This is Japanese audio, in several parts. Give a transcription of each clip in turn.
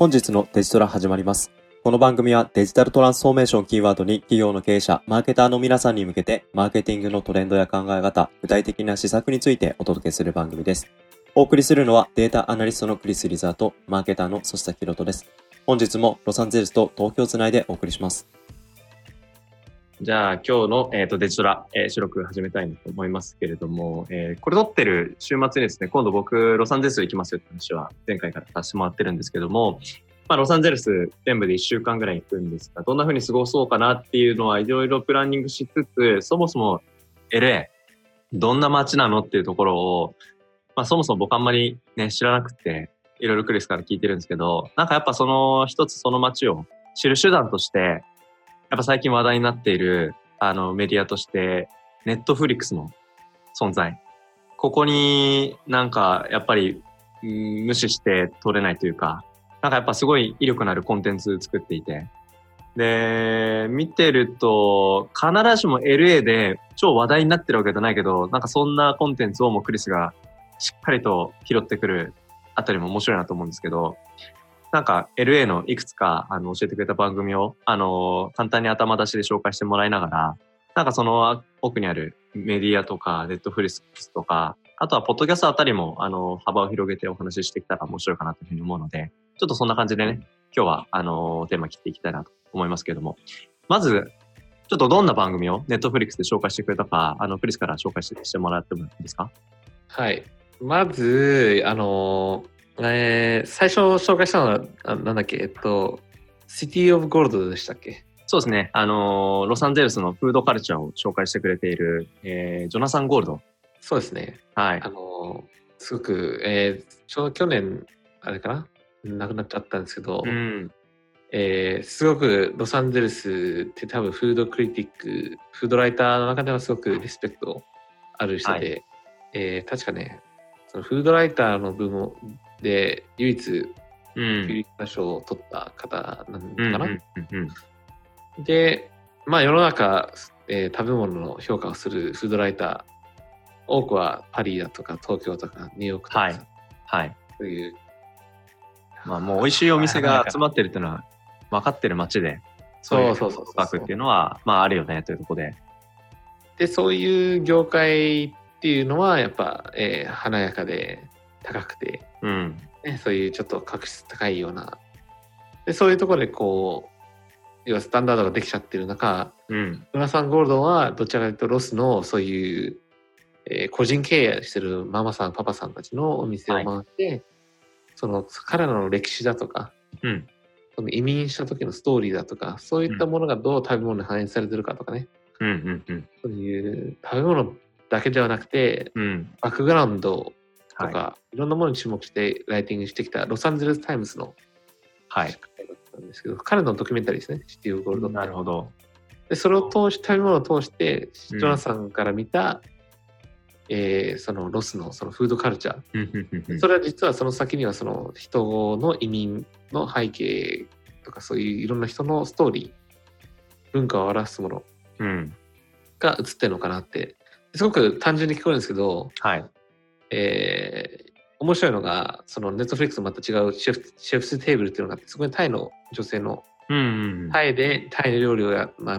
本日のデジトラ始まります。この番組はデジタルトランスフォーメーションキーワードに企業の経営者、マーケターの皆さんに向けてマーケティングのトレンドや考え方、具体的な施策についてお届けする番組です。お送りするのはデータアナリストのクリス・リザーとマーケターの曽下ひろとです。本日もロサンゼルスと東京をつないでお送りします。 じゃあ今日の、デジトラ、収録始めたいなと思いますけれども、これ撮ってる週末にですね、今度僕ロサンゼルス行きますよって話は前回からさせてもらってるんですけども、ロサンゼルス全部で1週間ぐらい行くんですが、どんな風に過ごそうかなっていうのはいろいろプランニングしつつ、そもそも LA、どんな街なのっていうところを、そもそも僕あんまりね、知らなくて、いろいろクリスから聞いてるんですけど、なんかやっぱその一つその街を知る手段として、やっぱ最近話題になっている、メディアとして、ネットフリックスの存在。ここになんかやっぱり、無視して撮れないというか、なんかやっぱすごい威力のあるコンテンツ作っていて。で、見てると、必ずしも LA で超話題になってるわけじゃないけど、なんかそんなコンテンツをもうクリスがしっかりと拾ってくるあたりも面白いなと思うんですけど、なんか LA のいくつか教えてくれた番組を簡単に頭出しで紹介してもらいながら、なんかその奥にあるメディアとかネットフリックスとか、あとはポッドキャストあたりも幅を広げてお話ししてきたら面白いかなというふうに思うので、ちょっとそんな感じでね、今日はテーマ切っていきたいなと思いますけれども、まずちょっとどんな番組をネットフリックスで紹介してくれたか、クリスから紹介してもらってもいいですか？ はい。まず、最初紹介したのは、なんだっけ、シティオブゴールドでしたっけ？ そうですね。ロサンゼルスのフードカルチャーを紹介してくれている、ジョナサン・ゴールド。 そうですね。 はい。 すごく、ちょうど去年、あれかな？亡くなっちゃったんですけど、すごくロサンゼルスって多分フードクリティック、フードライターの中ではすごくリスペクトある人で、確かね、そのフードライターの部門で唯一フィリップ賞を取った方なのかな。で、世の中、食べ物の評価をするフードライター、多くはパリだとか東京とかニューヨークとか、 はい、 そういう、 もう美味しいお店が集まってるっていうのは分かってる街で、そういう価格っていうのはあるよねというところで。 で、そういう業界っていうのはやっぱ、華やかで高くて、そういうちょっと確質高いような、でそういうところでこう要はスタンダードができちゃってる中、ジョナサン・ゴールドはどちらかというとロスのそういう、個人経営してるママさんパパさんたちのお店を回って、その彼らの歴史だとか、その移民した時のストーリーだとか、そういったものがどう食べ物に反映されてるかとかね、そういう食べ物だけではなくて、バックグラウンドとか、いろんなものに注目してライティングしてきたロサンゼルス・タイムズのだったんですけど、彼のドキュメンタリーですね、シティオブゴールドって。 なるほど。 でそれを通して食べ物を通してジョナサンから見た、そのロスのそのフードカルチャー、それは実はその先にはその人の移民の背景とかそういういろんな人のストーリー、文化を表すものが映ってるのかなって、すごく単純に聞こえるんですけど、面白いのがそのネットフリックスとまた違うシェフステーブルっていうのがあって、そこにタイの女性のタイの料理を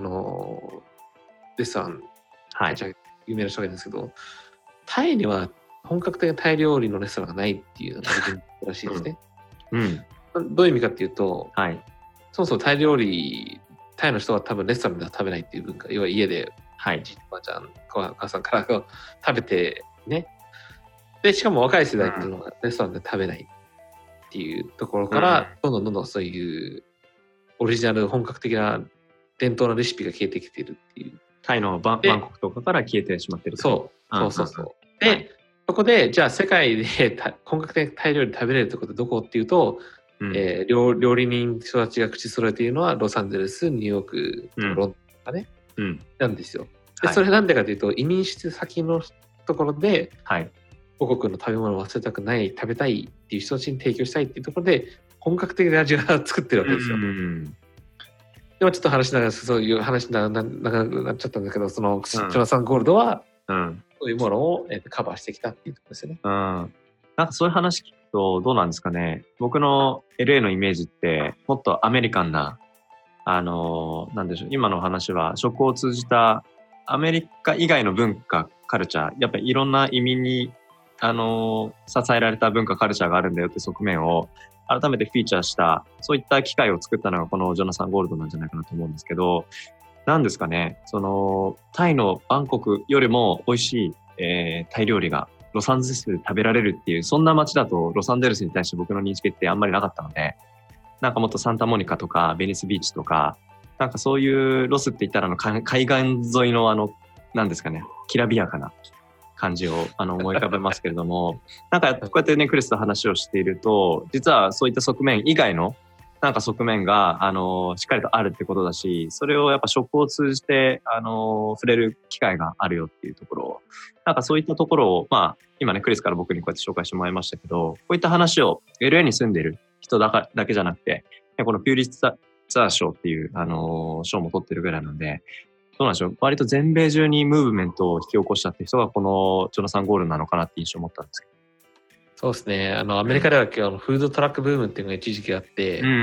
レストラン、有名な人がいるんですけど、タイには本格的なタイ料理のレストランがないっていうのがらしいですね。どういう意味かっていうと、そもそもタイ料理、タイの人は多分レストランでは食べないっていう文化、要は家でじいばあちゃん、お母さんから食べてね。で、しかも若い世代っていうのはレストランで食べないっていうところから、どんどんそういうオリジナル本格的な伝統のレシピが消えてきているっていう。 タイのバンコクとかから消えてしまってる。 そう。で、そこでじゃあ世界で本格的なタイ料理食べれるところってどこっていうと、料理人人たちが口揃えているのはロサンゼルス、ニューヨーク、ロンドンとかね、なんですよ。で、それなんでかというと、移民して先のところで、母国の食べ物を忘れたくない、食べたいっていう人たちに提供したいっていうところで、本格的な味が作ってるわけですよ。でもちょっと話しながらそういう話なくなっちゃったんだけど、そのジョナサン・ゴールドは、そういうものをカバーしてきたっていうところですよね。 なんかそういう話聞くどうなんですかね。僕の LA のイメージって、もっとアメリカンな、なんでしょう。今の話は、食を通じたアメリカ以外の文化、カルチャー、やっぱりいろんな移民に、支えられた文化、カルチャーがあるんだよって側面を、改めてフィーチャーした、そういった機会を作ったのがこのジョナサン・ゴールドなんじゃないかなと思うんですけど、なんですかね、タイのバンコクよりも美味しい、タイ料理がロサンゼルスで食べられるっていう、そんな街だとロサンゼルスに対して僕の認識ってあんまりなかったので、なんかもっとサンタモニカとかベニスビーチとか、なんかそういうロスって言ったら海岸沿いのなんですかね、きらびやかな感じを思い浮かべますけれども、なんかこうやってね、クリスと話をしていると、実はそういった側面以外のなんか側面が、しっかりとあるってことだし、それをやっぱ食を通じて、触れる機会があるよっていうところを、なんかそういったところを、まあ、今ね、クリスから僕にこうやって紹介してもらいましたけど、こういった話を LA に住んでる人だけじゃなくて、このピューリッツァー賞っていう、賞も取ってるぐらいなので、どうなんでしょう、割と全米中にムーブメントを引き起こしたっていう人がこのジョナサン・ゴールなのかなって印象を持ったんですけど。 そうですね。アメリカではフードトラックブームっていうのが一時期あって、 うん、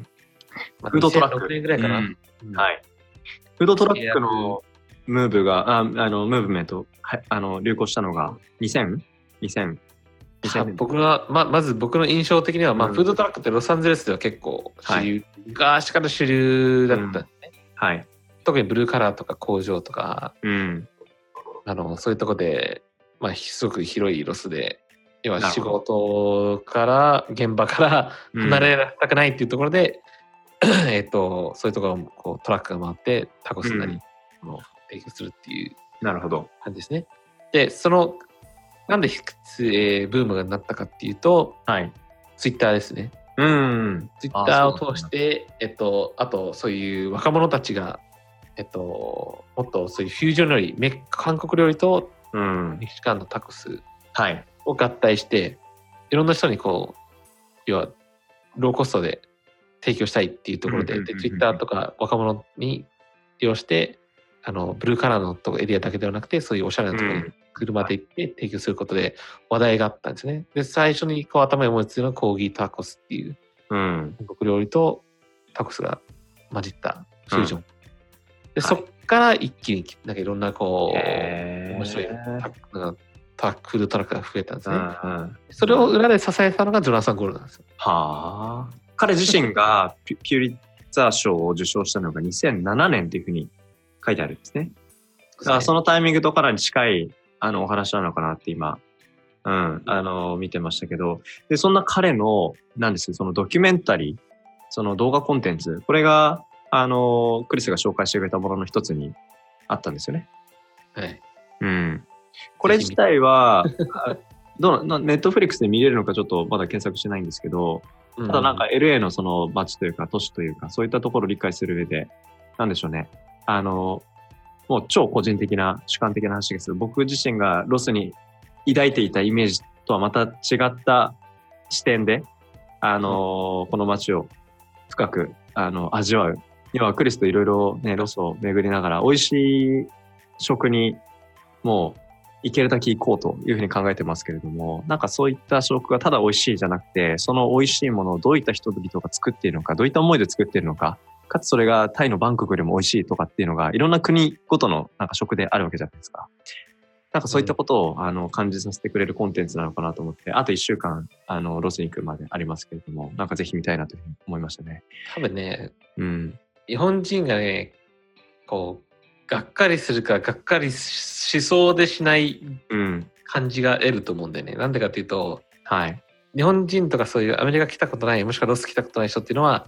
まあ、 フードトラック。 2006年ぐらいかな。 はい。フードトラックのムーブが、ムーブメント、流行したのが2000 僕は、まず僕の印象的には、フードトラックってロサンゼルスでは結構主流、昔から主流だったんですね。 はい。 特にブルーカラーとか工場とか、そういうとこで、すごく広いロスで、要は仕事から現場から離れたくないっていうところで、そういうところをこうトラックが回ってタコスなりを提供するっていう感じですね。で、なんで、ブームがなったかっていうと、ツイッターですね。ツイッターを通して、あとそういう若者たちが、もっとそういうフュージョン料理、韓国料理とメキシカンのタコスを合体して、いろんな人にこう、要はローコストで提供したいっていうところで、ツイッターとか若者に利用して、ブルーカラーのエリアだけではなくて、そういうおしゃれなところに車で行って提供することで話題があったんですね。で、最初にこう頭に思いついたのがコーギータコスっていう、韓国料理とタコスが混じったフージョン。で、そっから一気になんかいろんなこう、面白いフードトラックが増えたんですね。それを裏で支えたのがジョナサン・ゴールドなんですよ。 はあ。彼自身がピューリッツァー賞を受賞したのが2007年というふうに書いてあるんですね。だからそのタイミングとかなり近いお話なのかなって今、見てましたけど、でそんな彼のなんですそのドキュメンタリー、その動画コンテンツ、これがクリスが紹介してくれたものの一つにあったんですよね。 はい。 これ自体はネットフリックスで見れるのかちょっとまだ検索してないんですけど、ただなんか LA のその街というか都市というかそういったところを理解する上で、なんでしょうね。もう超個人的な主観的な話ですけど、僕自身がロスに抱いていたイメージとはまた違った視点で、この街を深く味わう。要はクリスといろいろね、ロスを巡りながら美味しい食にもう行けるだけ行こうというふうに考えてますけれども、なんかそういった食がただ美味しいじゃなくて、その美味しいものをどういった人々が作っているのか、どういった思いで作っているのか、かつそれがタイのバンコクよりも美味しいとかっていうのがいろんな国ごとのなんか食であるわけじゃないですか。なんかそういったことを感じさせてくれるコンテンツなのかなと思って、あと1週間ロスに行くまでありますけれども、なんかぜひ見たいなというふうに思いましたね。 多分ね、日本人がね、こうがっかりするかがっかりしそうでしない感じが得ると思うんだよね。なんでかっていうと、日本人とかそういうアメリカ来たことない、もしくはロス来たことない人っていうのは、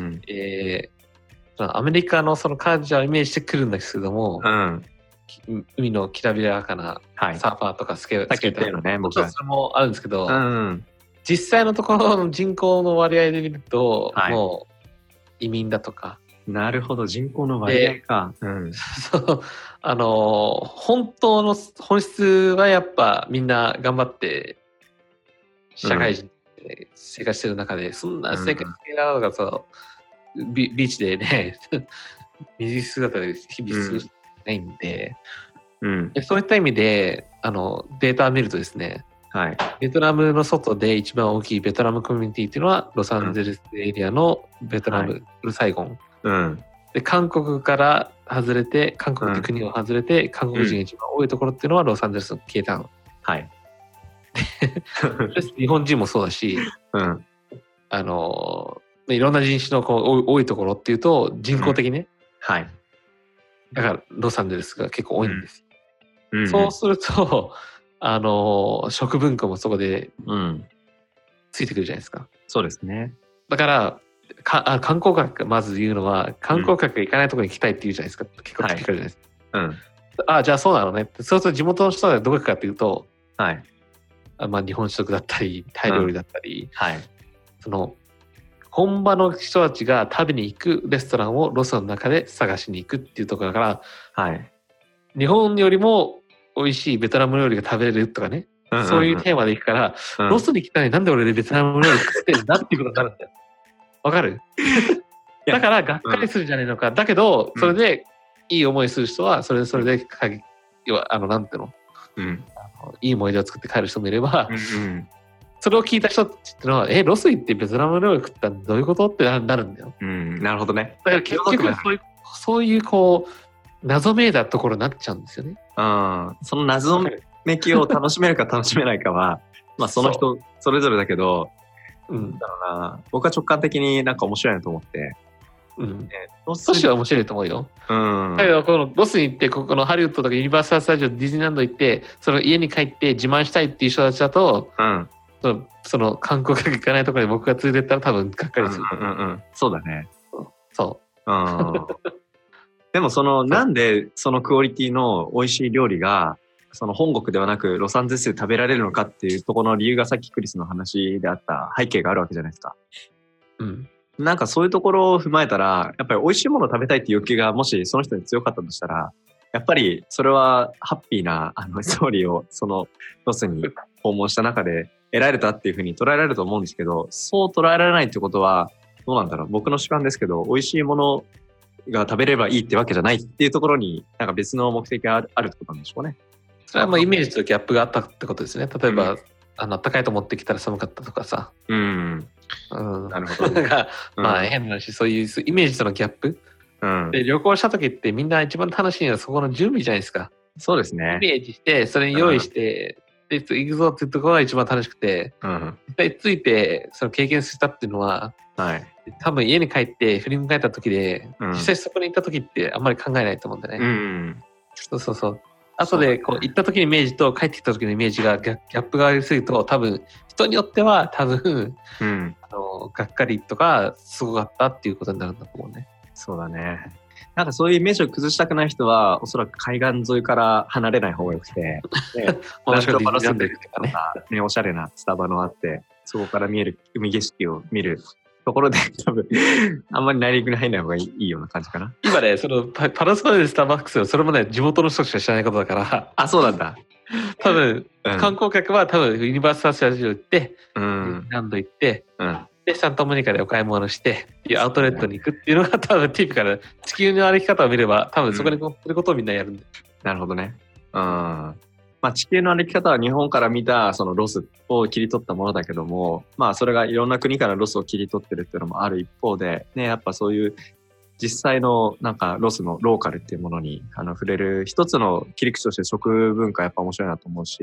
アメリカのそのカルチャーをイメージしてくるんですけども、海のきらびやかなサーファーとかスケーターね、 もちろんそれもあるんですけど、実際のところの人口の割合で見ると、もう移民だとか。 なるほど、人口の割合か。 そう本当の本質はやっぱみんな頑張って社会人で生活してる中で、そんな生活系なのがビーチでね水姿で日々過ごしてないんで、そういった意味でデータを見るとですね、 はい。 ベトナムの外で一番大きいベトナムコミュニティっていうのは、ロサンゼルスエリアのベトナム、サイゴン。 うん。 で、韓国から外れて、韓国って国を外れて、韓国人が一番多いところっていうのはロサンゼルスのケイタウン。 はい。 日本人もそうだし、 うん。 いろんな人種の多いところっていうと、人口的ね。 はい。 だから、ロサンゼルスが結構多いんです。 うん。 そうすると、食文化もそこで、ついてくるじゃないですか。 そうですね。 だから、観光客がまず言うのは、観光客が行かないところに行きたいって言うじゃないですか。結構聞かれるじゃないですか。じゃあそうなのね。そうすると地元の人はどこ行くかっていうと、 はい。 日本食だったり、タイ料理だったり、 はい。 その、本場の人たちが食べに行くレストランをロスの中で探しに行くっていうところだから、はい。日本よりも美味しいベトナム料理が食べれるとかね、そういうテーマで行くから、ロスに来たのになんで俺でベトナム料理食ってんだっていうことになるんだよ。わかる？だからがっかりするんじゃねえのか。だけど、それでいい思いする人は、それで、要は、なんていうの、いい思い出を作って帰る人もいれば、それを聞いた人っていうのは、ロス行ってベトナム料理食ったらどういうことってなるんだよ。 なるほどね。 だから結局そういうこう、謎めいたところになっちゃうんですよね。 その謎めきを楽しめるか楽しめないかは、まあその人それぞれだけど、だろうな、僕は直感的になんか面白いなと思って。 ロスは面白いと思うよ。だけどこのロスに行って、ここのハリウッドとかユニバーサル・スタジオ、ディズニーランド行って、その家に帰って自慢したいっていう人たちだと、その観光客行かないところに僕が連れてったら多分がっかりする。 そうだね。 そう。 でもなんでそのクオリティの美味しい料理が、その本国ではなくロサンゼルスで食べられるのかっていうところの理由がさっきクリスの話であった背景があるわけじゃないですか。なんかそういうところを踏まえたら、やっぱり美味しいものを食べたいっていう欲求がもしその人に強かったとしたら、やっぱりそれはハッピーなストーリーをそのロスに訪問した中で得られたっていうふうに捉えられると思うんですけど、そう捉えられないってことはどうなんだろう。僕の主観ですけど、美味しいものが食べればいいってわけじゃないっていうところになんか別の目的があるってことなんでしょうね。 それはイメージとギャップがあったってことですね。例えば、暖かいと思ってきたら寒かったとかさ。 なるほど、ね。 変な話、そういうイメージとのギャップ。で、旅行した時ってみんな一番楽しいのはそこの準備じゃないですか。 そうですね。 イメージして、それに用意して、で、行くぞっていうところが一番楽しくて、実際ついて、その経験したっていうのは、多分家に帰って振り向かれた時で、実際そこに行った時ってあんまり考えないと思うんだね。そう。後でこう行った時のイメージと帰ってきた時のイメージがギャップがありすぎると、多分人によってはがっかりとかすごかったっていうことになるんだと思うね。 そうだね。なんかそういうイメージを崩したくない人はおそらく海岸沿いから離れない方がよくて、 もしくはディズニーランド行くとかね、おしゃれなスタバのあって、そこから見える海景色を見るところで多分あんまり内陸に入らない方がいいような感じかな。 今ね、そのパナソニックスターバックスはそれもね、地元の人しか知らないことだから。 あ、そうなんだ。 多分、観光客は多分ユニバーサル・スタジオ行って、ランド行って、でサンタモニカでお買い物してアウトレットに行くっていうのが多分ティピカル。地球の歩き方を見れば多分そこに乗ってることをみんなやるんで。 なるほどね。地球の歩き方は日本から見たそのロスを切り取ったものだけども、それがいろんな国からロスを切り取ってるっていうのもある一方で、ね、やっぱそういう実際のなんかロスのローカルっていうものに触れる一つの切り口として食文化やっぱ面白いなと思うし、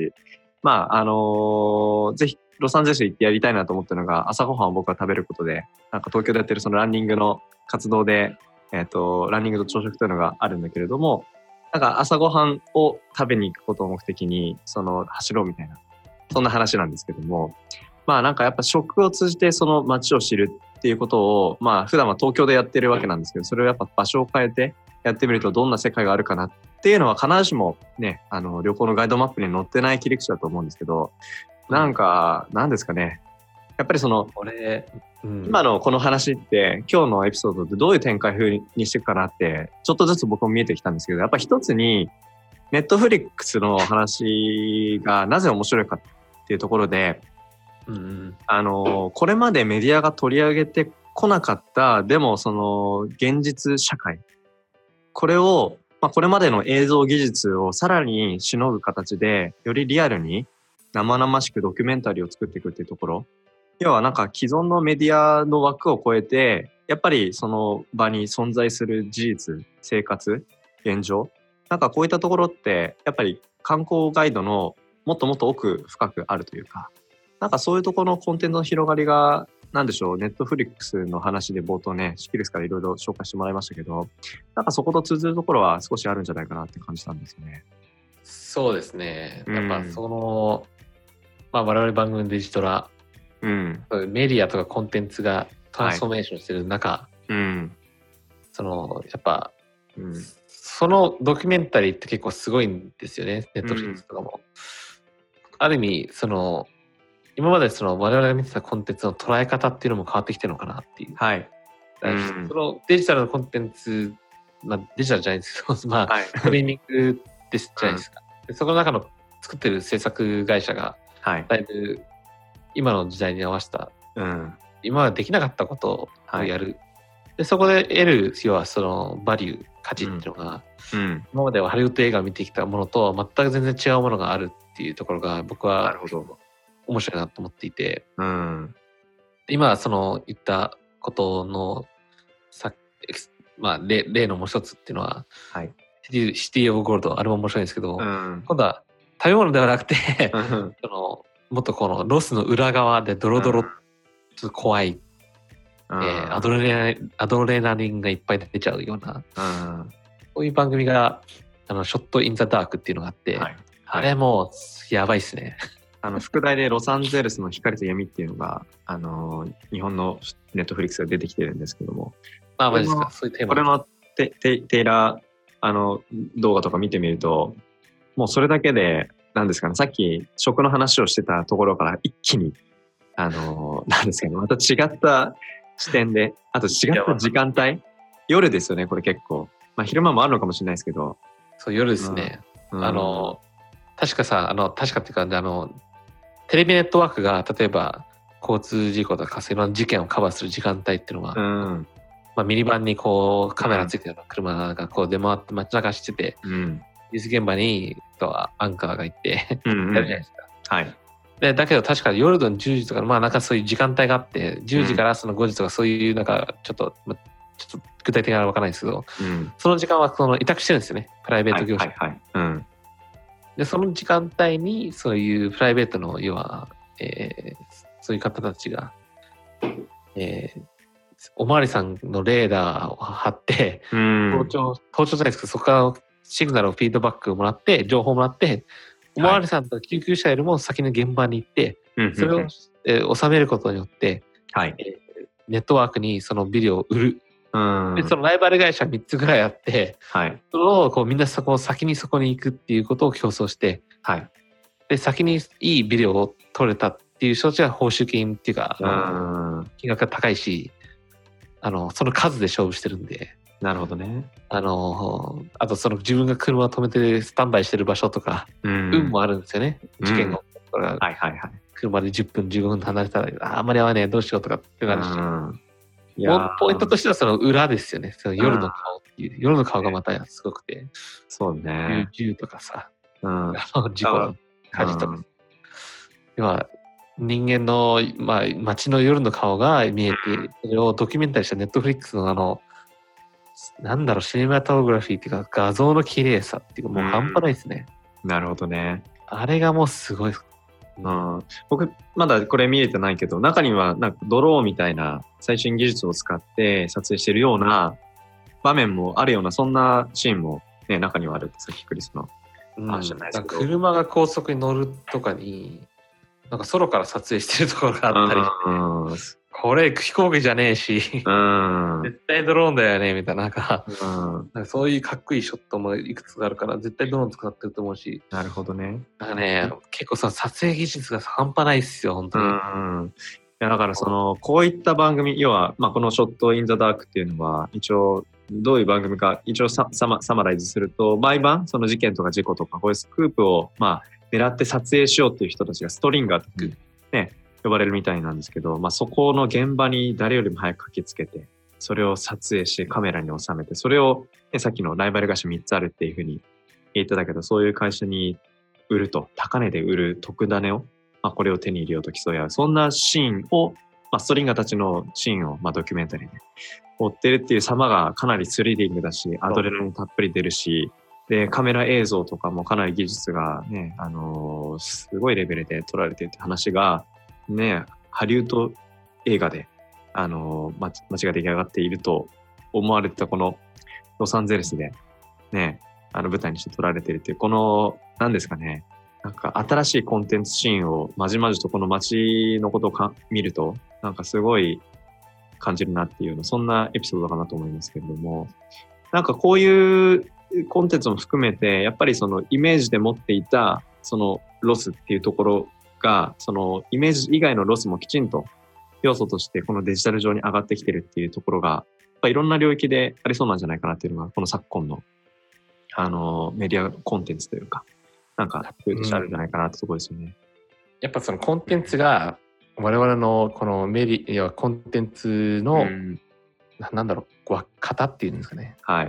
ぜひロサンゼルス行ってやりたいなと思ってるのが、朝ごはんを僕は食べることで、なんか東京でやってるそのランニングの活動で、ランニングと朝食というのがあるんだけれども、なんか朝ごはんを食べに行くことを目的に、走ろうみたいな、そんな話なんですけども、なんかやっぱ食を通じてその街を知るっていうことを、普段は東京でやってるわけなんですけど、それをやっぱ場所を変えてやってみるとどんな世界があるかなっていうのは必ずしもね、旅行のガイドマップに載ってない切り口だと思うんですけど、なんか、なんですかね。やっぱり今のこの話って、今日のエピソードでどういう展開風にしていくかなって、ちょっとずつ僕も見えてきたんですけど、やっぱ一つに、ネットフリックスの話がなぜ面白いかっていうところで、これまでメディアが取り上げてこなかった、でも現実社会。これを、これまでの映像技術をさらにしのぐ形で、よりリアルに、 生々しくドキュメンタリーを作っていくっていうところ。要はなんか既存のメディアの枠を超えて、やっぱりその場に存在する事実、生活、現状。なんかこういったところって、やっぱり観光ガイドのもっともっと奥深くあるというか、なんかそういうところのコンテンツの広がりが、なんでしょう、ネットフリックスの話で冒頭ね、シキルスからいろいろ紹介してもらいましたけど、なんかそこと通ずるところは少しあるんじゃないかなって感じたんですよね。 そうですね。やっぱその、まあ我々番組デジトラ、メディアとかコンテンツがトランスフォーメーションしてる中、その、やっぱ、そのドキュメンタリーって結構すごいんですよね、ネットフリックスとかも。ある意味、その、今までその我々が見てたコンテンツの捉え方っていうのも変わってきてるのかなっていう。そのデジタルのコンテンツ、まあデジタルじゃないですけど、まあ、ストリーミングですじゃないですか。でそこの中の作ってる制作会社が、だいぶ今の時代に合わせた、今までできなかったことをやる。でそこで得る、要はそのバリュー、価値っていうのが、今まではハリウッド映画を見てきたものと全く全然違うものがあるっていうところが僕は面白いなと思っていて、今その言ったことのまあ、例のもう一つっていうのは、シティ・オブ・ゴールド、あれも面白いんですけど、今度は食べ物ではなくてそのもっとこのロスの裏側でドロドロ、ちょっと怖い、アドレナリンがいっぱい出ちゃうような、こういう番組がショット・イン・ザ・ダークっていうのがあって、あれもうやばいっすね。 副題でロサンゼルスの光と闇っていうのが、日本のネットフリックスが出てきてるんですけども。 マジですか、そういうテーマ。 これのテイラー、動画とか見てみると、もうそれだけで、なんですかね、さっき食の話をしてたところから一気に、なんですかね、また違った視点で、あと違った時間帯、夜ですよね、これ結構。まあ昼間もあるのかもしれないですけど。 そう、夜ですね。確かさ、確かっていうか、テレビネットワークが、例えば、交通事故とか、そういう事件をカバーする時間帯っていうのが、まあ、ミニバンにこう、カメラついてるような車がこう出回って街中走ってて、ニュース現場に、アンカーがいて、やるじゃないですか。で、だけど確か夜の10時とか、まあなんかそういう時間帯があって、10時からその5時とかそういうなんか、ちょっと具体的なのは分からないですけど、その時間はその委託してるんですよね、プライベート業者。で、その時間帯に、そういうプライベートの、要は、そういう方たちが、おまわりさんのレーダーを貼って、盗聴じゃないですけど、そこからシグナルをフィードバックをもらって、情報をもらって、おまわりさんと救急車よりも先に現場に行って、それを、収めることによって、ネットワークにそのビデオを売る。でそのライバル会社3つぐらいあって、それをこうみんな先にそこに行くっていうことを競争して、で先にいいビデオを撮れたっていう人たちは報酬金っていうか、金額が高いし、その数で勝負してるんで。 なるほどね。 あとその自分が車を止めてスタンバイしてる場所とか、運もあるんですよね。事件が起こったら、車で10分15分離れたら、あんまり合わねえ、どうしようとかってなるし。ポイントとしてはその裏ですよね。その夜の顔っていう。夜の顔がまたすごくて。 そうね。 銃とかさ。事故の火事とか。要は人間の、まあ、街の夜の顔が見えて、それをドキュメンタリーしたネットフリックスのなんだろう、シネマトグラフィーっていうか画像の綺麗さっていうかもう半端ないですね。 なるほどね。 あれがもうすごい。 僕まだこれ見れてないけど、中にはなんかドローンみたいな最新技術を使って撮影してるような場面もあるような、そんなシーンもね、中にはあるってさっきクリスの話じゃないですけど、 車が高速に乗るとかになんか空から撮影してるところがあったりして、これ飛行機じゃねえし、絶対ドローンだよねみたいな、なんかそういうかっこいいショットもいくつかあるから絶対ドローン使ってると思うし。 なるほどね。 なんかね、結構撮影技術が半端ないっすよ本当に。 いやだからこういった番組、要は、まあ、このショットインザダークっていうのは一応どういう番組か一応サマライズすると、毎晩その事件とか事故とかこういうスクープをまあ狙って撮影しようっていう人たちがストリンガーってね、呼ばれるみたいなんですけど、まあ、そこの現場に誰よりも早く駆けつけて、それを撮影してカメラに収めて、それを、ね、さっきのライバル会社3つあるっていうふうに言ってたけど、そういう会社に売ると、高値で売る特ダネを、これを手に入れようと競い合う、そんなシーンを、ストリンガーたちのシーンを、ドキュメンタリーで追ってるっていう様がかなりスリリングだし、アドレナリンたっぷり出るし、で、カメラ映像とかもかなり技術がね、すごいレベルで撮られてるって話が、ね、ハリウッド映画で、街が出来上がっていると思われてたこのロサンゼルスで、ね、舞台にして撮られてるっていう、この、なんですかね、なんか新しいコンテンツシーンをまじまじとこの街のことを見ると、なんかすごい感じるなっていうような、そんなエピソードかなと思いますけれども、なんかこういうコンテンツも含めて、やっぱりそのイメージで持っていたそのロスっていうところが、そのイメージ以外のロスもきちんと要素としてこのデジタル上に上がってきてるっていうところが、やっぱいろんな領域でありそうなんじゃないかなっていうのが、この昨今のメディアコンテンツというか、なんかそういうとしてあるんじゃないかなってところですよね。 やっぱそのコンテンツが我々のこのメディアコンテンツの、なんだろう、型っていうんですかね。 はい。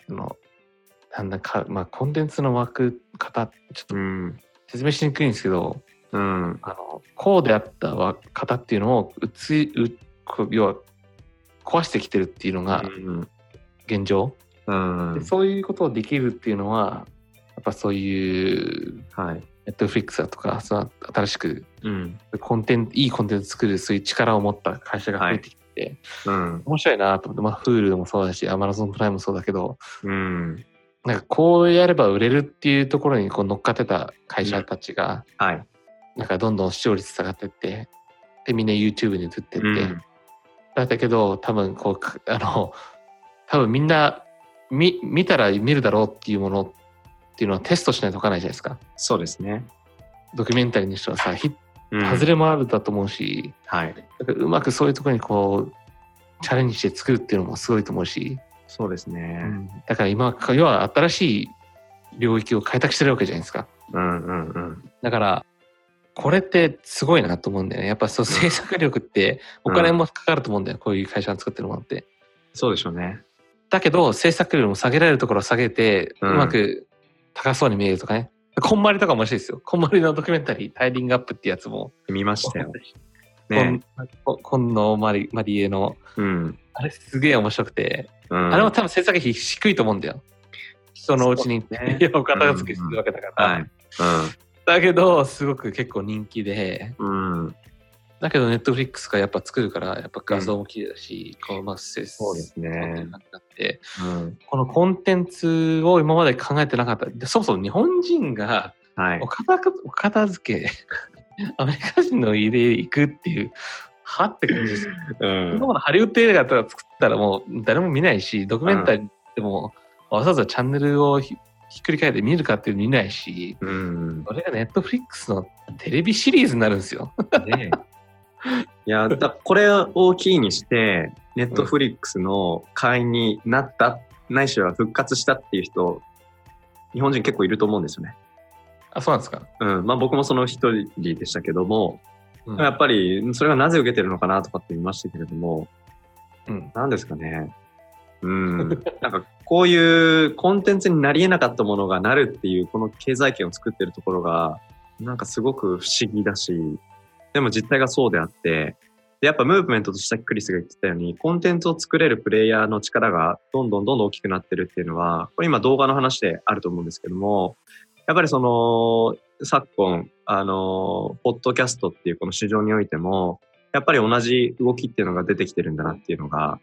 コンテンツの枠型ちょっと説明しにくいんですけど、こうであった型っていうのを要は壊してきてるっていうのが現状、でそういうことをできるっていうのはやっぱそういう、Netflix だとかその新しくいいコンテンツ作るそういう力を持った会社が増えてきて、面白いなと思って、Hulu もそうだし Amazon プライムもそうだけど、なんかこうやれば売れるっていうところにこう乗っかってた会社たちが、なんかどんどん視聴率下がってって、でみんな YouTube に移ってって、だけど多分こう多分みんな見たら見るだろうっていうものっていうのはテストしないと分からないじゃないですか。 そうですね。 ドキュメンタリーにしてはさ、外れもあるだと思うし、だからうまくそういうところにこうチャレンジして作るっていうのもすごいと思うし。 そうですね。 だから今要は新しい領域を開拓してるわけじゃないですか。だからこれってすごいなと思うんだよね。やっぱそう制作力ってお金もかかると思うんだよ。こういう会社が作ってるものって。 そうでしょうね。 だけど制作力も下げられるところを下げて、うまく高そうに見えるとかね。こんまりとかも面白いですよ。こんまりのドキュメンタリータイリングアップってやつも見ましたよ。 今野マリエの、あれすげえ面白くて、あれも多分制作費低いと思うんだよ。人のうちに家を片付けしてるわけだから。だけどすごく結構人気で、だけどネットフリックスがやっぱ作るからやっぱ画像も綺麗だし、このそうですね。 このコンテンツを今まで考えてなかった。でそもそも日本人がお片付けアメリカ人の家で行くっていうはって感じです。今までハリウッド映画とか作ったらもう誰も見ないし、ドキュメンタリーでもわざわざチャンネルをひっくり返って見るかって見ないし、それがネットフリックスのテレビシリーズになるんですよ。 いやこれをキーにしてネットフリックスの会員になった、ないしは復活したっていう人、日本人結構いると思うんですよね。 あ、そうなんですか。 僕もその一人でしたけども、やっぱりそれがなぜ受けてるのかなとかって見ましたけれども、なんですかね。なんかこういうコンテンツになり得なかったものがなるっていうこの経済圏を作ってるところがなんかすごく不思議だし、でも実態がそうであって、でやっぱムーブメントとしてクリスが言ってたようにコンテンツを作れるプレイヤーの力がどんどん大きくなってるっていうのは、これ今動画の話であると思うんですけども、やっぱりその昨今ポッドキャストっていうこの市場においてもやっぱり同じ動きっていうのが出てきてるんだなっていうのが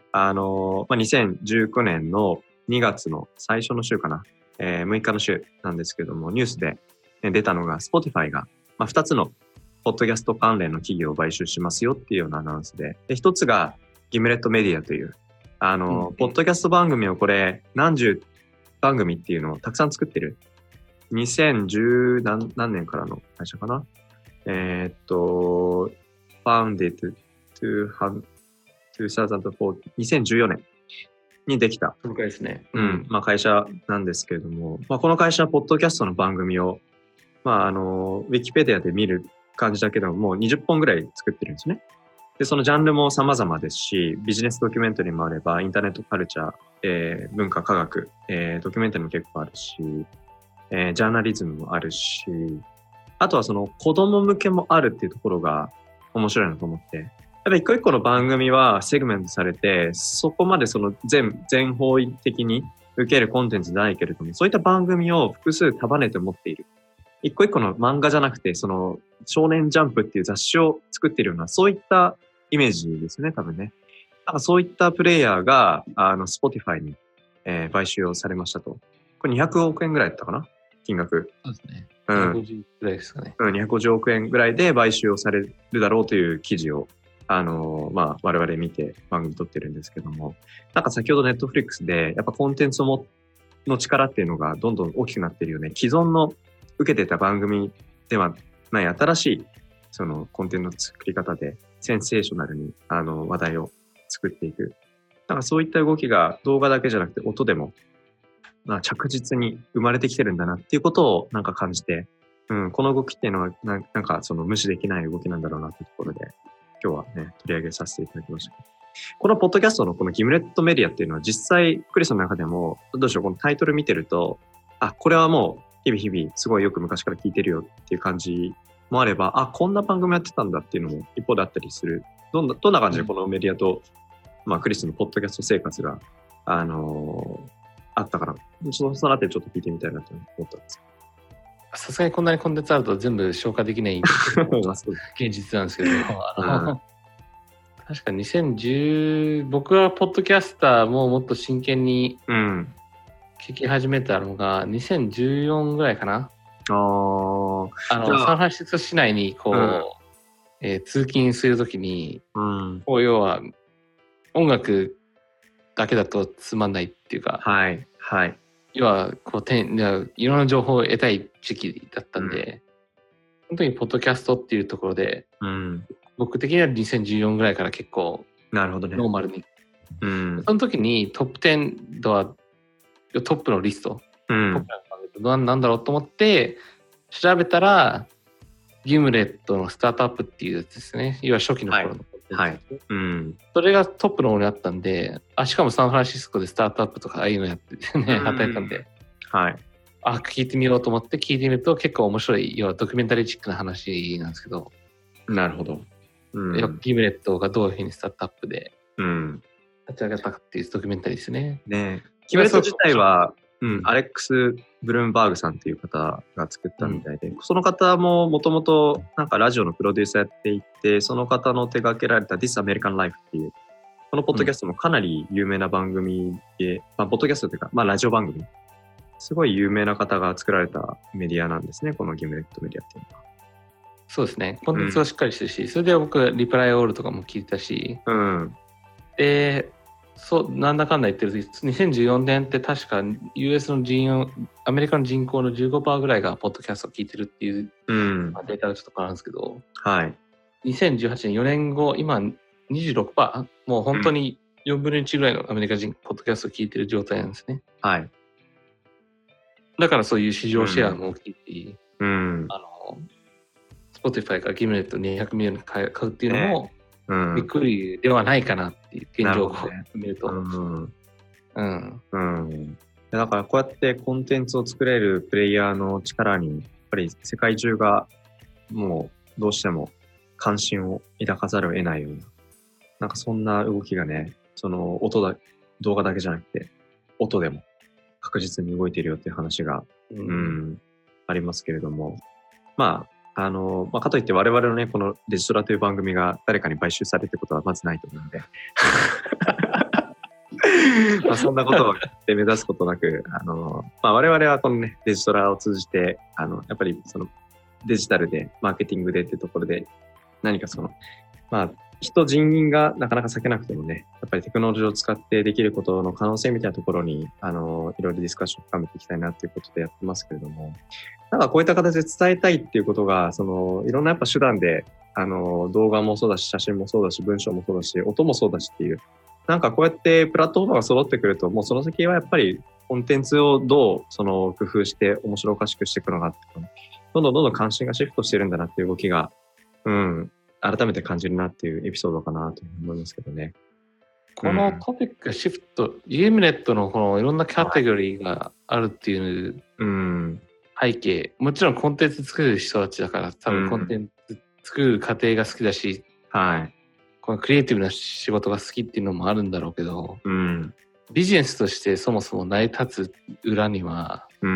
2019年の2月の最初の週かな、6日の週なんですけども、ニュースで、出たのが Spotify が、2つのポッドキャスト関連の企業を買収しますよっていうようなアナウンスで、1つがギムレットメディアというポッドキャスト番組をこれ何十番組っていうのをたくさん作ってる2010何年からの会社かな。Founded 2014年にできた。 そうですね。 会社なんですけれども、この会社はポッドキャストの番組を、ウィキペディアで見る感じだけども、もう20本ぐらい作ってるんですね。で、そのジャンルも様々ですし、ビジネスドキュメンタリーもあれば、インターネットカルチャー、文化科学、ドキュメンタリーも結構あるし、 ジャーナリズムもあるし、あとはその子供向けもあるっていうところが面白いなと思って、やっぱ一個一個の番組はセグメントされて、そこまでその全方位的に受けるコンテンツじゃないけれども、そういった番組を複数束ねて持っている。一個一個の漫画じゃなくて、その少年ジャンプっていう雑誌を作っているような、そういったイメージですね、多分ね。なんかそういったプレイヤーが、Spotify に、買収をされましたと。これ200億円ぐらいだったかな、金額。 そうですね。 うん。 250ぐらいですかね。 250億円ぐらいで買収をされるだろうという記事を、我々見て番組撮ってるんですけども、なんか先ほど Netflix で、やっぱコンテンツの力っていうのがどんどん大きくなってるよね。既存の受けてた番組ではない新しいそのコンテンツの作り方でセンセーショナルに話題を作っていく。なんかそういった動きが動画だけじゃなくて音でも着実に生まれてきてるんだなっていうことをなんか感じて、この動きっていうのはなんかその無視できない動きなんだろうなっていうところで今日はね取り上げさせていただきました。このポッドキャストのこのギムレットメディアっていうのは実際クリスの中でもどうしようこのタイトル見てるとこれはもう日々すごいよく昔から聞いてるよっていう感じもあればこんな番組やってたんだっていうのも一方であったりする。どんな感じでこのメディアと、クリスのポッドキャスト生活があったかな。そのあたりちょっと聞いてみたいなと思ったんです。 さすがにこんなにコンテンツあると全部消化できない現実なんですけど、確か僕はポッドキャスターももっと真剣に聞き始めたのが2014ぐらいかな。サンフランシスコ市内に通勤するときに、要は音楽だけだとつまんないっていうか、要はいろんな情報を得たい時期だったんで、本当にポッドキャストっていうところで、僕的には2014ぐらいから結構ノーマルに、その時にトップ10とはトップのリスト、なんだろうと思って調べたらギムレットのスタートアップっていうやつですね。要は初期の頃の、それがトップの方にあったんで、しかもサンフランシスコでスタートアップとかああいうのやってね、働いたんで、聞いてみようと思って聞いてみると結構面白い、要はドキュメンタリーチックな話なんですけど。 なるほど。 ギムレットがどういうふうにスタートアップで立ち上がったかっていうドキュメンタリーですね。 ギムレット自体はアレックス・ブルームバーグさんっていう方が作ったみたいで、その方ももともとなんかラジオのプロデューサーやっていて、その方の手掛けられた This American Life っていうこのポッドキャストもかなり有名な番組で、ポッドキャストというか、ラジオ番組すごい有名な方が作られたメディアなんですね、このギムレットメディアっていうのは。 そうですね、コンテンツはしっかりしてるし、それで僕リプライオールとかも聞いたし、でなんだかんだ言ってる2014年って確か US のアメリカの人口の 15% ぐらいがポッドキャストを聞いてるっていう、データがちょっと変わるんですけど、2018年4年後今 26%、 もう本当に4分の1ぐらいのアメリカ人ポッドキャストを聞いてる状態なんですね。だからそういう市場シェアも大きいし、Spotify からギムレット200ミリオン買うっていうのも、びっくりではないかなっていう現状を見ると。 だからこうやってコンテンツを作れるプレイヤーの力にやっぱり世界中がもうどうしても関心を抱かざるを得ないような、なんかそんな動きがね、その動画だけじゃなくて音でも確実に動いているよっていう話が、ありますけれども、かといって我々のね、このデジトラという番組が誰かに買収されることはまずないと思うのでそんなことを目指すことなく、我々はこのね、デジトラを通じて、やっぱりそのデジタルで、マーケティングでっていうところで、何かその、人員がなかなか避けなくてもね、やっぱりテクノロジーを使ってできることの可能性みたいなところに、いろいろディスカッションを深めていきたいなということでやってますけれども、なんかこういった形で伝えたいっていうことが、その、いろんなやっぱ手段で、動画もそうだし、写真もそうだし、文章もそうだし、音もそうだしっていう、なんかこうやってプラットフォームが揃ってくると、もうその先はやっぱりコンテンツをどうその工夫して面白おかしくしていくのかって、どんどん関心がシフトしてるんだなっていう動きが、改めて感じるなっていうエピソードかなと思いますけどね。 このトピックがシフト、ギムレットのこのいろんなカテゴリーがあるっていう背景、もちろんコンテンツ作る人たちだから、多分コンテンツ作る過程が好きだし、 はい。 このクリエイティブな仕事が好きっていうのもあるんだろうけど、 うん。 ビジネスとしてそもそも成り立つ裏には、 うん。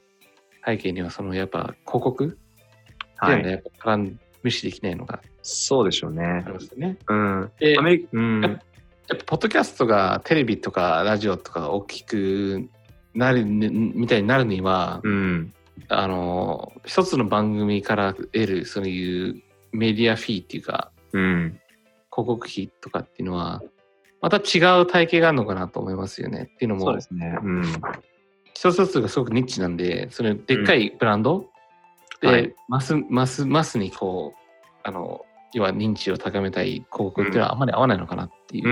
背景にはそのやっぱ広告ってはい。 いうのはやっぱ無視できないのがそうでしょうね。 ありますよね。 うん。 で、 アメリカ、うやん。 っぱポッドキャストがテレビとかラジオとかが大きくなるみたいになるには、 うん。 一つの番組から得るそういうメディアフィーっていうか、 うん。 広告費とかっていうのはまた違う体系があるのかなと思いますよね。っていうのも、 そうですね。うん。 一つ一つがすごくニッチなんで、それでっかいブランド、で、 はい、 ますにこう、要は認知を高めたい広告っていうのはあんまり合わないのかなっていう。 うん。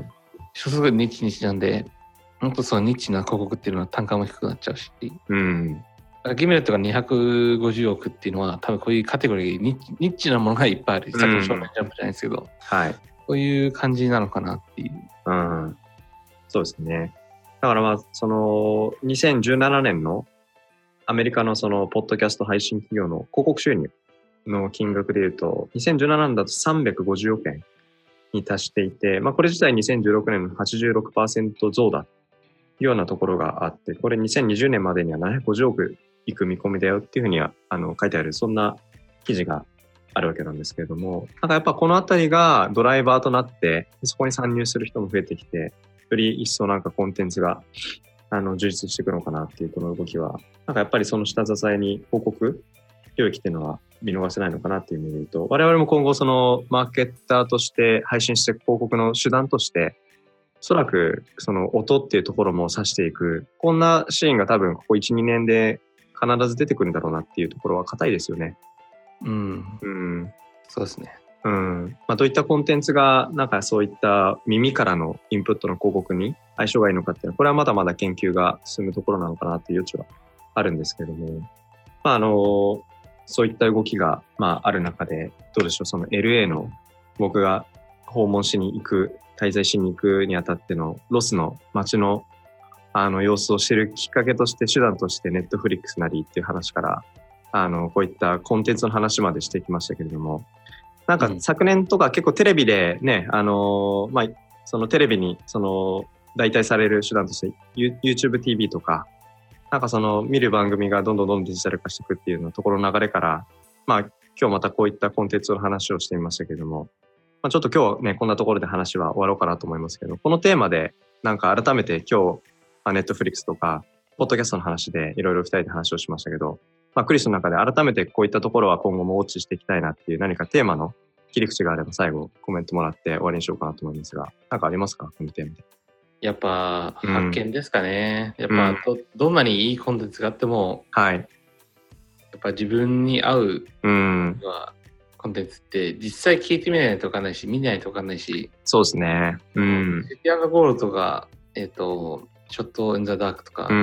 一つがニッチなんで、もっとそのニッチな広告っていうのは単価も低くなっちゃうし。 うん。 だからギメレットが250億っていうのは多分こういうカテゴリーニッチなものがいっぱいある。さっきの少年ジャンプじゃないですけど、 はい。 こういう感じなのかなっていう。 うん。そうですね。だからまあ、その、2017年のアメリカのその、ポッドキャスト配信企業の広告収入の金額でいうと、2017年だと350億円に達していて、まあこれ自体2016年の 86% 増だというようなところがあって、これ2020年までには750億いく見込みだよっていうふうには書いてある、そんな記事があるわけなんですけれども、なんかやっぱこのあたりがドライバーとなって、そこに参入する人も増えてきて、より一層なんかコンテンツが充実していくのかなっていうこの動きは、なんかやっぱりその下支えに広告領域っていうのは見逃せないのかなっていう意味で言うと、我々も今後そのマーケッターとして配信していく広告の手段として、おそらくその音っていうところも指していく、こんなシーンが多分ここ1、2年で必ず出てくるんだろうなっていうところは固いですよね。 うん。 うん。 そうですね。 うん。まあ、どういったコンテンツが、なんかそういった耳からのインプットの広告に相性がいいのかっていうのは、これはまだまだ研究が進むところなのかなっていう余地はあるんですけれども、まあ、そういった動きが、まあ、ある中で、どうでしょう、その LA の僕が訪問しに行く、滞在しに行くにあたってのロスの街の様子を知るきっかけとして、手段としてネットフリックスなりっていう話から、こういったコンテンツの話までしてきましたけれども、なんか昨年とか結構テレビでね、まあ、そのテレビに代替される手段として YouTube TV とか、なんかその見る番組がどんどんデジタル化していくっていうのところの流れから、まあ今日またこういったコンテンツの話をしてみましたけれども、まあ、ちょっと今日ね、こんなところで話は終わろうかなと思いますけど、このテーマでなんか改めて今日、Netflix とか、ポッドキャストの話でいろいろ二人で話をしましたけど、まあクリスの中で改めてこういったところは今後もウォッチしていきたいなっていう何かテーマの切り口があれば最後コメントもらって終わりにしようかなと思いますが、なんかありますかこのテーマで。 やっぱ発見ですかね。やっぱどんなにいいコンテンツがあっても、 はい。 やっぱ自分に合うコンテンツって実際聞いてみないと分かんないし、見ないと分かんないし。 そうですね。 セピアンドゴールドとか、ショットインザダークとか、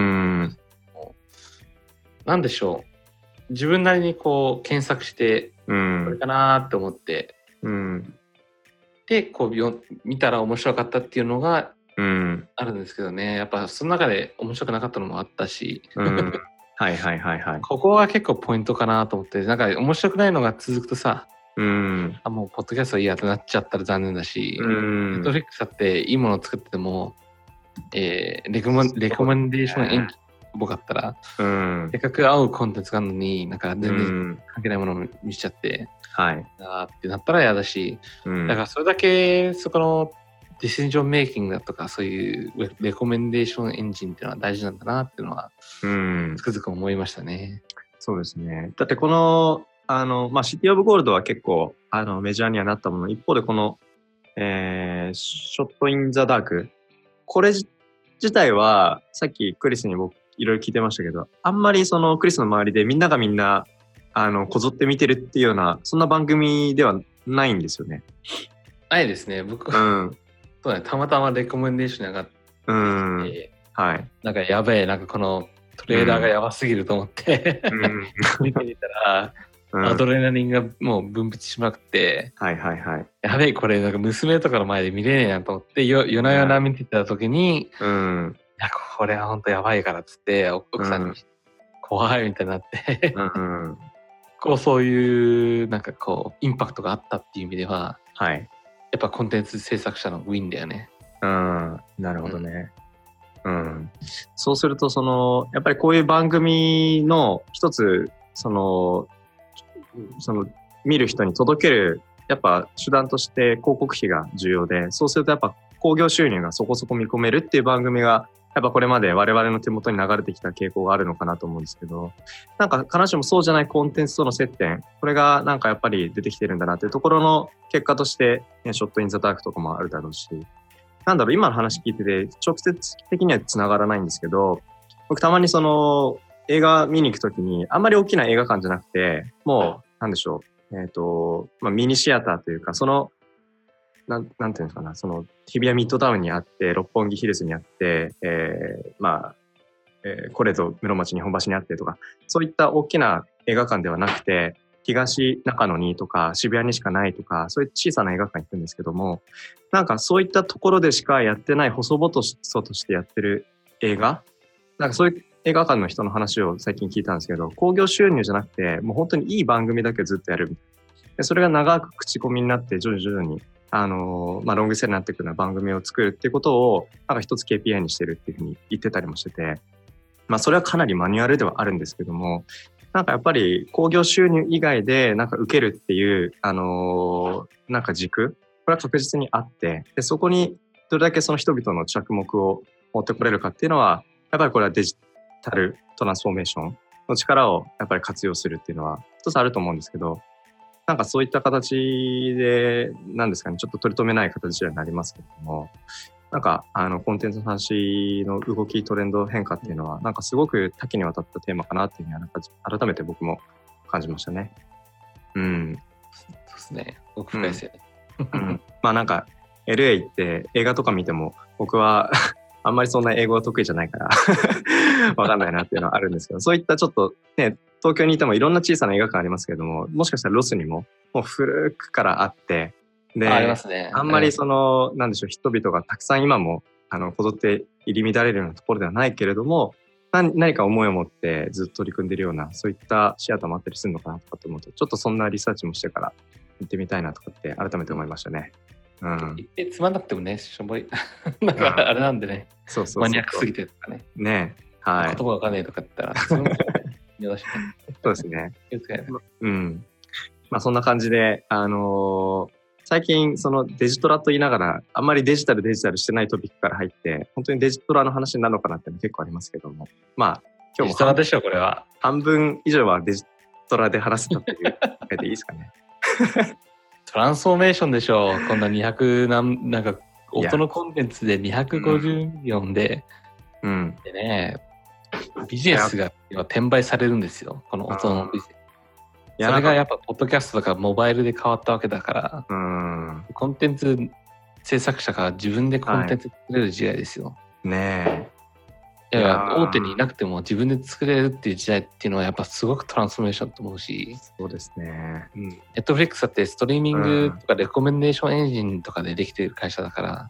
なんでしょう。自分なりにこう検索して、これかなって思って、で、こう見たら面白かったっていうのがあるんですけどね。やっぱその中で面白くなかったのもあったし。 はいはいはいはい。 ここが結構ポイントかなと思って、なんか面白くないのが続くとさ、もうポッドキャストいいやってなっちゃったら残念だし、ネットフリックスだっていいものを作ってても、レコメンデーションエンジンっぽかったら、せっかく合うコンテンツがあるのに、なんか全然関係ないものを見しちゃって、ってなったら嫌だし、だからそれだけそこのディシジョンメイキングだとか、そういうレコメンデーションエンジンっていうのは大事なんだなっていうのは、つくづく思いましたね。 そうですね。だってこの、まあ、シティオブゴールドは結構、メジャーにはなったもの、一方でこの、ショットインザダーク、これ自体は、さっきクリスに僕いろいろ聞いてましたけど、あんまりそのクリスの周りでみんながみんな、こぞって見てるっていうような、そんな番組ではないんですよね。 ないですね。僕は、そうね、たまたまレコメンデーションに上がって、なんかやべえ、なんかこのトレーラーがやばすぎると思って、見てみたら、アドレナリンがもう分泌しまくって、やべえ、これなんか娘とかの前で見れねえなと思って、夜な夜な見てた時に、いや、これは本当やばいからっつって、奥さんに、 怖いみたいになってうんうん、 こうそういうなんかこうインパクトがあったっていう意味では、 はい。 やっぱコンテンツ制作者のウィンだよね。 うん、なるほどね。そうすると、やっぱりこういう番組の一つ、見る人に届ける、やっぱ手段として広告費が重要で、そうするとやっぱ興行収入がそこそこ見込めるっていう番組が、やっぱこれまで我々の手元に流れてきた傾向があるのかなと思うんですけど、なんか必ずしもそうじゃないコンテンツとの接点、これがなんかやっぱり出てきてるんだなっていうところの結果として、ね、ショットインザダークとかもあるだろうし、なんだろう、今の話聞いてて、直接的には繋がらないんですけど、僕たまに映画見に行くときに、あんまり大きな映画館じゃなくて、もう、なんでしょう、ミニシアターというか、なんていうんですかな、日比谷ミッドタウンにあって、六本木ヒルズにあって、コレド室町日本橋にあってとか、そういった大きな映画館ではなくて、東中野にとか渋谷にしかないとか、そういう小さな映画館に行くんですけども、なんかそういったところでしかやってない細々としてやってる映画、なんかそういう映画館の人の話を最近聞いたんですけど、興行収入じゃなくて、もう本当にいい番組だけずっとやるみたいな。でそれが長く口コミになって徐々にロングセルになっていくような番組を作るっていうことを、なんか一つ KPI にしてるっていうふうに言ってたりもしてて、それはかなりマニュアルではあるんですけども、なんかやっぱり興行収入以外でなんか受けるっていう、なんか軸、これは確実にあって、で、そこにどれだけその人々の着目を持ってこれるかっていうのは、やっぱりこれはデジタルトランスフォーメーションの力をやっぱり活用するっていうのは一つあると思うんですけど、なんかそういった形で、なんですかね、ちょっと取り留めない形になりますけれども、なんか、コンテンツの話の動き、トレンド変化っていうのは、なんかすごく多岐にわたったテーマかなっていうふうに、改めて僕も感じましたね。うん。 そうですね。奥深いですよね。 なんか、LA 行って映画とか見ても、僕はあんまりそんな英語得意じゃないからわかんないなっていうのはあるんですけど、そういったちょっとね、東京にいてもいろんな小さな映画館ありますけれども、もしかしたらロスにももう古くからあって、 で、ありますね。 あんまりなんでしょう、人々がたくさん今もこぞって入り乱れるようなところではないけれども、何か思いを持ってずっと取り組んでいるような、そういったシアターもあったりするのかなとかと思うと、ちょっとそんなリサーチもしてから行ってみたいなとかって改めて思いましたね。 つまんなくてもね、しょぼい。なんかあれなんでね、 そうマニアックすぎてとかね。 ね、はい。 言葉わかんないとか言ったら、そうですね。そんな感じで、最近デジトラと言いながら、あんまりデジタルしてないトピックから入って、本当にデジトラの話になるのかなって結構ありますけども、今日もデジトラでしょ、これは。 半分以上はデジトラで話せたっていう回でいいですかね。 トランスフォーメーションでしょ。こんななんか音のコンテンツで250ミリオンで、でね、ビジネスが転売されるんですよ。この音のビジネス。それがやっぱポッドキャストとかモバイルで変わったわけだから、コンテンツ制作者が自分でコンテンツ作れる時代ですよ。 ねえ。いや、大手にいなくても自分で作れるっていう時代っていうのはやっぱすごくトランスフォーメーションと思うし。 そうですね。 ネットフリックスだってストリーミングとかレコメンデーションエンジンとかでできている会社だから、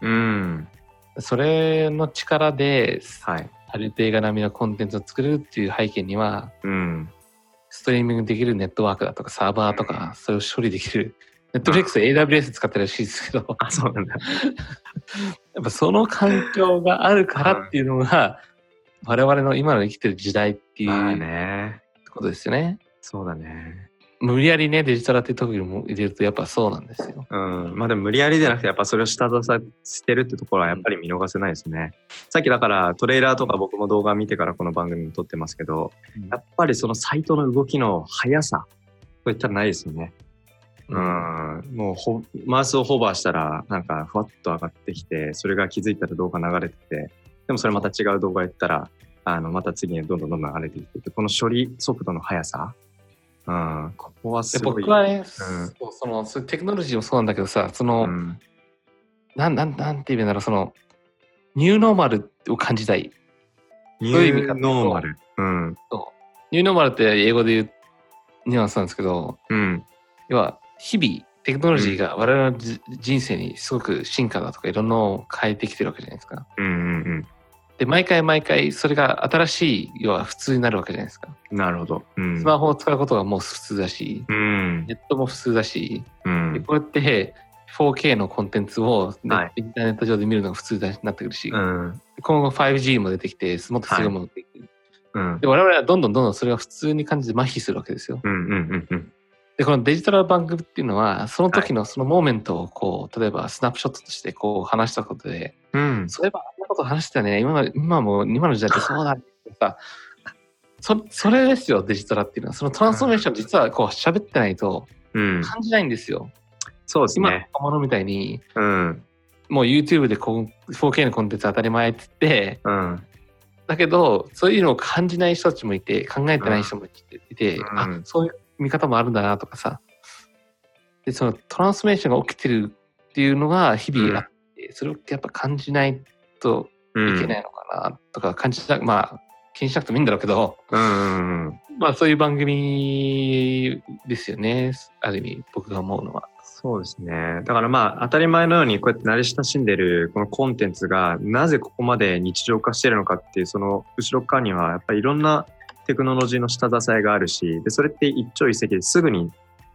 それの力で、ハリウッド映画並みのコンテンツを作れるっていう背景には、ストリーミングできるネットワークだとかサーバーとか、それを処理できる。ネットフリックス AWS 使ってるらしいですけど。 あ、そうなんだ。 やっぱその環境があるからっていうのが、我々の今の生きてる時代っていうことですよね。 そうだね。 無理やりね、デジタルって特にも入れるとやっぱそうなんですよ。 でも無理やりじゃなくてやっぱそれを下支えしてるってところはやっぱり見逃せないですね。さっきだからトレーラーとか僕も動画見てからこの番組も撮ってますけど、やっぱりそのサイトの動きの速さといったらないですよね。もうマウスをホバーしたらなんかふわっと上がってきて、それが気づいたら動画流れてて、でもそれまた違う動画やったらまた次にどんどん流れていって、この処理速度の速さ、ここはすごい。 僕はね、そういうテクノロジーもそうなんだけどさ、なんて言うんだろう、ニューノーマルを感じたい。 ニューノーマル。 ニューノーマルって英語で言うニュアンスなんですけど、要は日々テクノロジーが我々の人生にすごく進化だとかいろんなのを変えてきてるわけじゃないですか。 で、毎回それが新しい、要は普通になるわけじゃないですか。 なるほど。 スマホを使うことがもう普通だし、ネットも普通だし、でこうやって 4K のコンテンツを、インターネット上で見るのが普通になってくるし、今後 5G も出てきて、もっとすごいものが出てきて、で我々はどんどんそれが普通に感じて麻痺するわけですよ。で、このデジタル番組っていうのは、その時のそのモーメントをこう、例えばスナップショットとしてこう話したことで、そういえばあんなこと話してたね、今の時代ってそうだねってさ、それですよ、デジタルっていうのは。そのトランスフォーメーション実はこう喋ってないと感じないんですよ。 そうですね。 今の若者みたいに、もう YouTube で4K のコンテンツ当たり前って言って、だけど、そういうのを感じない人たちもいて、考えてない人もいて、そういう見方もあるんだなとかさ。で、そのトランスフォーメーションが起きてるっていうのが日々あって、それをやっぱ感じないといけないのかなとか、気にしなくてもいいんだろうけど、そういう番組ですよね。ある意味、僕が思うのは。 そうですね。だから当たり前のようにこうやって慣れ親しんでるこのコンテンツがなぜここまで日常化しているのかっていうその後ろ側にはやっぱりいろんなテクノロジーの下支えがあるし、で、それって一朝一夕ですぐに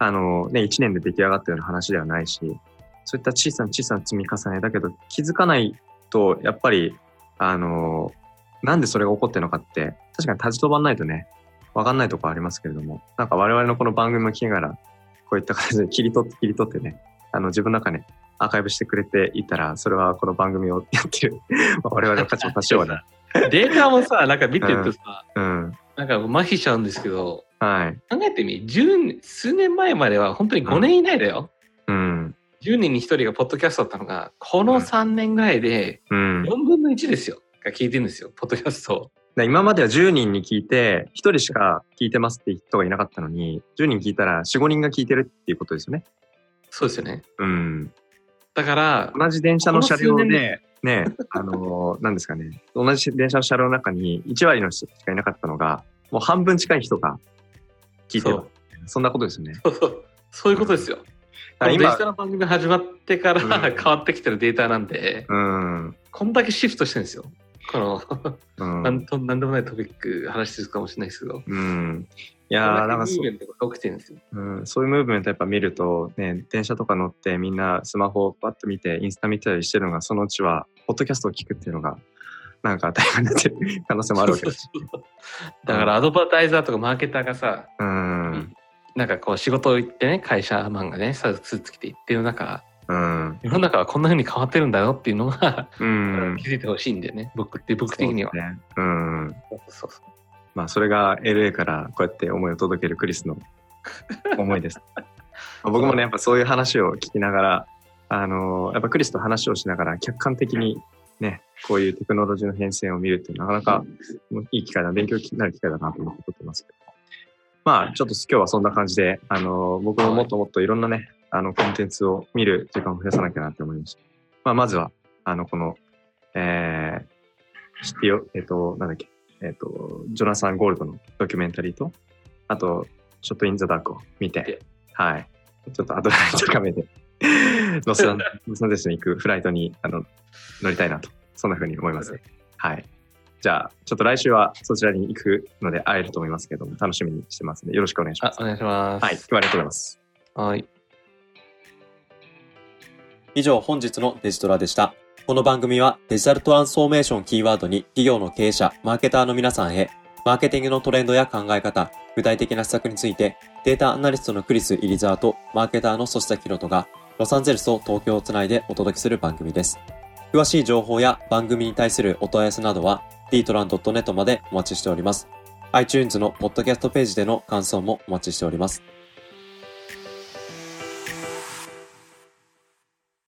1年で出来上がったような話ではないし、そういった小さな積み重ねだけど気づかないとやっぱりなんでそれが起こってるのかって確かに立ち止まんないとね、わかんないところありますけれども、なんか我々のこの番組を聞きながら、こういった形で切り取ってね、自分の中にアーカイブしてくれていたら、それはこの番組をやってる、我々の価値も多少はね。 データもさ、なんか見てるとさ、なんか麻痺しちゃうんですけど、考えてみ、数年前までは本当に5年以内だよ。10人に1人がポッドキャストだったのが、この3年ぐらいで4分の1ですよ。が聞いてるんですよ、ポッドキャストを。 今までは10人に聞いて、1人しか聞いてますって人がいなかったのに、10人聞いたら4、5人が聞いてるっていうことですよね。 そうですよね。だから、 同じ電車の車両で、ね、何ですかね、同じ電車の車両の中に1割の人しかいなかったのが、もう半分近い人が聞いてる。そんなことですよね。 そういうことですよ。デジタルの番組が始まってから変わってきてるデータなんで、こんだけシフトしてるんですよ。この、なんでもないトピック話してるかもしれないですけど。 いやー、なんかムーブメントが起きてるんですよ。 そういうムーブメントやっぱ見ると、ね、電車とか乗ってみんなスマホをパッと見て、インスタ見たりしてるのが、そのうちは、ポッドキャストを聞くっていうのが、なんか当たり前になってる可能性もあるわけです。 だからアドバタイザーとかマーケターがさ、なんかこう仕事を行ってね、会社マンがね、スーツ着て行ってる中、世の中はこんな風に変わってるんだよっていうのが、気づいてほしいんでね、僕的には。 それが LA からこうやって思いを届けるクリスの思いです。僕もね、やっぱそういう話を聞きながら、やっぱクリスと話をしながら客観的にね、こういうテクノロジーの変遷を見るってなかなかいい機会だ、勉強になる機会だなと思ってますけど。ちょっと今日はそんな感じで、僕ももっともっといろんなね、コンテンツを見る時間を増やさなきゃなって思いました。まずは、この、知ってよ、なんだっけ、ジョナサン・ゴールドのドキュメンタリーと、あと、ショット・イン・ザ・ダークを見て、はい。ちょっとアドレナリン高めで、ロサンゼルスに行くフライトに乗りたいなと、そんな風に思いますね。はい。じゃあ、ちょっと来週はそちらに行くので会えると思いますけども、楽しみにしてますので、よろしくお願いします。 お願いします。 はい。今日はありがとうございます。 はい。 以上、本日のデジトラでした。この番組はデジタルトランスフォーメーションキーワードに企業の経営者、マーケターの皆さんへ、マーケティングのトレンドや考え方、具体的な施策について、データアナリストのクリス・イリザーとマーケターのソシタ・キロトが、ロサンゼルスと東京をつないでお届けする番組です。詳しい情報や番組に対するお問い合わせなどは、dtran.net までお待ちしております。iTunes のポッドキャストページでの感想もお待ちしております。